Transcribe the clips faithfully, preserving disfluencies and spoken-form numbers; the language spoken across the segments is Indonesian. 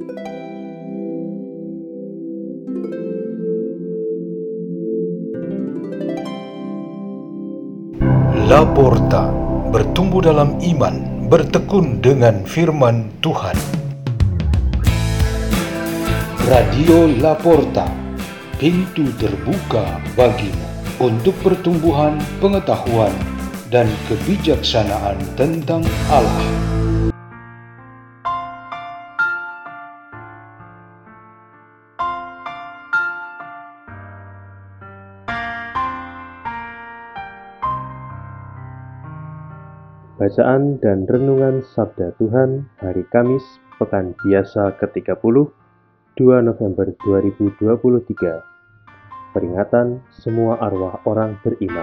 Laporta, bertumbuh dalam iman, bertekun dengan firman Tuhan. Radio Laporta, pintu terbuka bagimu untuk pertumbuhan pengetahuan dan kebijaksanaan tentang Allah. Bacaan dan Renungan Sabda Tuhan hari Kamis, Pekan Biasa ke tiga puluh, dua November dua ribu dua puluh tiga. Peringatan semua arwah orang beriman.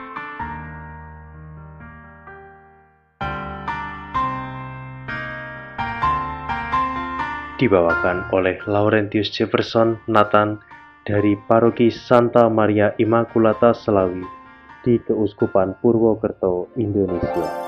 Dibawakan oleh Laurentius Jefferson Nathan dari Paroki Santa Maria Immaculata Selawi di Keuskupan Purwokerto, Indonesia.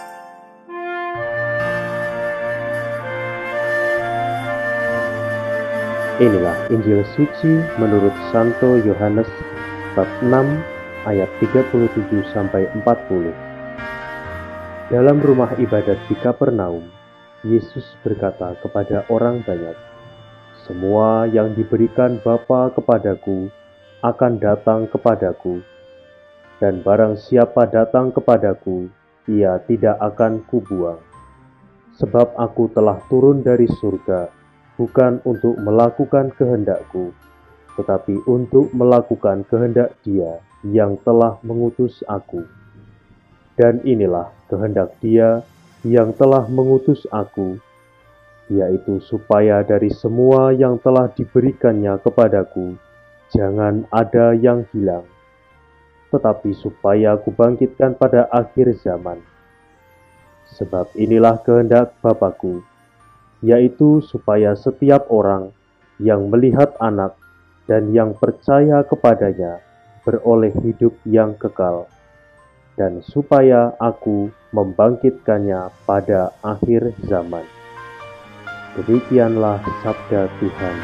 Inilah Injil suci menurut Santo Yohanes bab enam ayat tiga puluh tujuh sampai empat puluh. Dalam rumah ibadat di Kapernaum, Yesus berkata kepada orang banyak, "Semua yang diberikan Bapa kepadaku akan datang kepadaku, dan barang siapa datang kepadaku, ia tidak akan kubuang. Sebab aku telah turun dari surga, bukan untuk melakukan kehendakku, tetapi untuk melakukan kehendak Dia yang telah mengutus aku. Dan inilah kehendak Dia yang telah mengutus aku, yaitu supaya dari semua yang telah diberikannya kepadaku, jangan ada yang hilang, tetapi supaya aku bangkitkan pada akhir zaman. Sebab inilah kehendak Bapa-Ku, yaitu supaya setiap orang yang melihat Anak dan yang percaya kepadanya beroleh hidup yang kekal, dan supaya aku membangkitkannya pada akhir zaman." Demikianlah sabda Tuhan.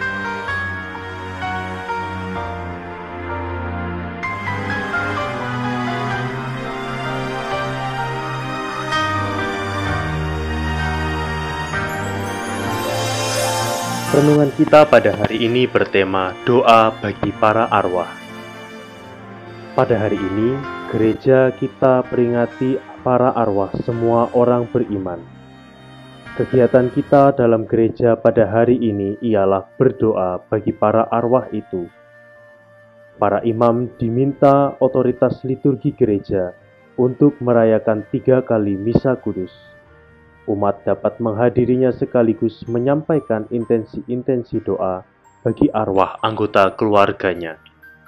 Renungan kita pada hari ini bertema doa bagi para arwah. Pada hari ini, gereja kita peringati para arwah semua orang beriman. Kegiatan kita dalam gereja pada hari ini ialah berdoa bagi para arwah itu. Para imam diminta otoritas liturgi gereja untuk merayakan tiga kali misa kudus. Umat dapat menghadirinya sekaligus menyampaikan intensi-intensi doa bagi arwah anggota keluarganya.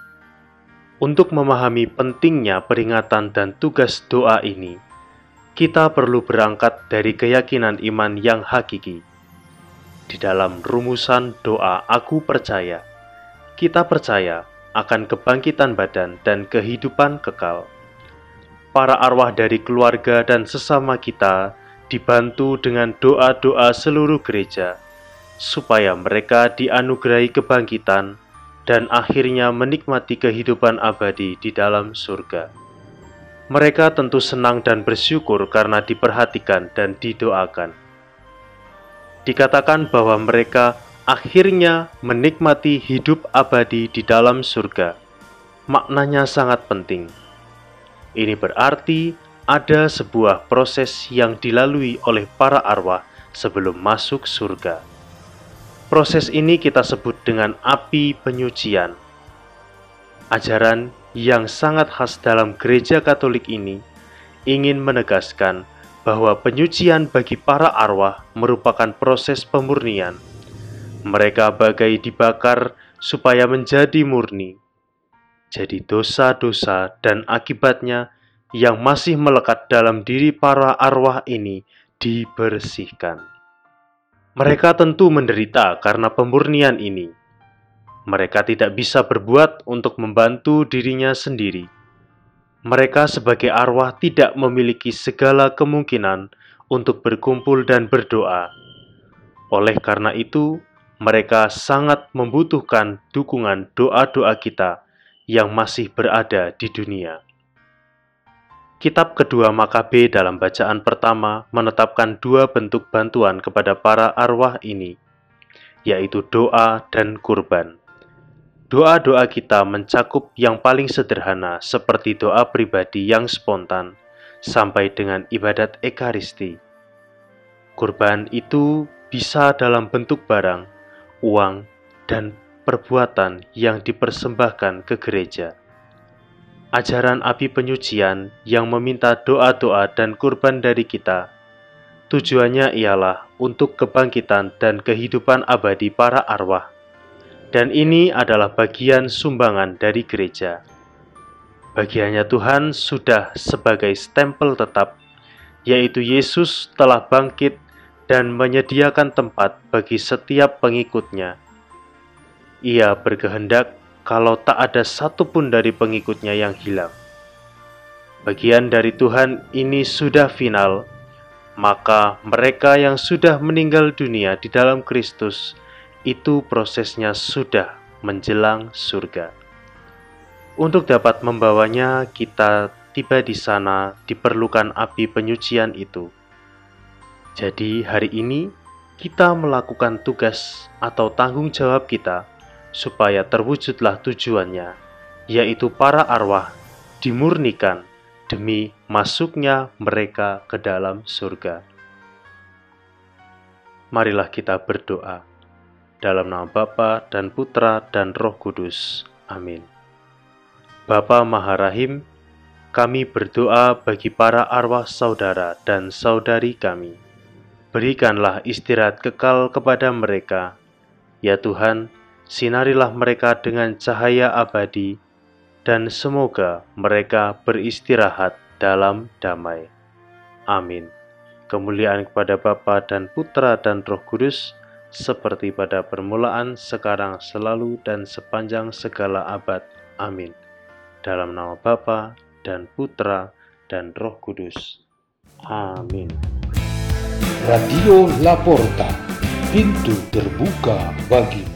Untuk memahami pentingnya peringatan dan tugas doa ini, kita perlu berangkat dari keyakinan iman yang hakiki. Di dalam rumusan doa "Aku percaya", kita percaya akan kebangkitan badan dan kehidupan kekal. Para arwah dari keluarga dan sesama kita dibantu dengan doa-doa seluruh gereja, supaya mereka dianugerahi kebangkitan dan akhirnya menikmati kehidupan abadi di dalam surga. Mereka tentu senang dan bersyukur karena diperhatikan dan didoakan. Dikatakan bahwa mereka akhirnya menikmati hidup abadi di dalam surga. Maknanya sangat penting. Ini berarti ada sebuah proses yang dilalui oleh para arwah sebelum masuk surga. Proses ini kita sebut dengan api penyucian. Ajaran yang sangat khas dalam gereja Katolik ini ingin menegaskan bahwa penyucian bagi para arwah merupakan proses pemurnian. Mereka bagai dibakar supaya menjadi murni. Jadi dosa-dosa dan akibatnya yang masih melekat dalam diri para arwah ini dibersihkan. Mereka tentu menderita karena pemurnian ini. Mereka tidak bisa berbuat untuk membantu dirinya sendiri. Mereka sebagai arwah tidak memiliki segala kemungkinan untuk berkumpul dan berdoa. Oleh karena itu, mereka sangat membutuhkan dukungan doa-doa kita yang masih berada di dunia. Kitab kedua Makabe dalam bacaan pertama menetapkan dua bentuk bantuan kepada para arwah ini, yaitu doa dan kurban. Doa-doa kita mencakup yang paling sederhana seperti doa pribadi yang spontan, sampai dengan ibadat ekaristi. Kurban itu bisa dalam bentuk barang, uang, dan perbuatan yang dipersembahkan ke gereja. Ajaran api penyucian yang meminta doa-doa dan kurban dari kita, tujuannya ialah untuk kebangkitan dan kehidupan abadi para arwah. Dan ini adalah bagian sumbangan dari gereja. Bagiannya Tuhan sudah sebagai stempel tetap, yaitu Yesus telah bangkit dan menyediakan tempat bagi setiap pengikutnya. Ia berkehendak kalau tak ada satupun dari pengikutnya yang hilang. Bagian dari Tuhan ini sudah final, maka mereka yang sudah meninggal dunia di dalam Kristus, itu prosesnya sudah menjelang surga. Untuk dapat membawanya, kita tiba di sana diperlukan api penyucian itu. Jadi hari ini kita melakukan tugas atau tanggung jawab kita supaya terwujudlah tujuannya, yaitu para arwah dimurnikan demi masuknya mereka ke dalam surga. Marilah kita berdoa. Dalam nama Bapa dan Putra dan Roh Kudus. Amin. Bapa Maharahim, kami berdoa bagi para arwah saudara dan saudari kami. Berikanlah istirahat kekal kepada mereka. Ya Tuhan, sinarilah mereka dengan cahaya abadi, dan semoga mereka beristirahat dalam damai. Amin. Kemuliaan kepada Bapa dan Putra dan Roh Kudus, seperti pada permulaan, sekarang, selalu, dan sepanjang segala abad. Amin. Dalam nama Bapa dan Putra dan Roh Kudus. Amin. Radio Laporta, pintu terbuka bagi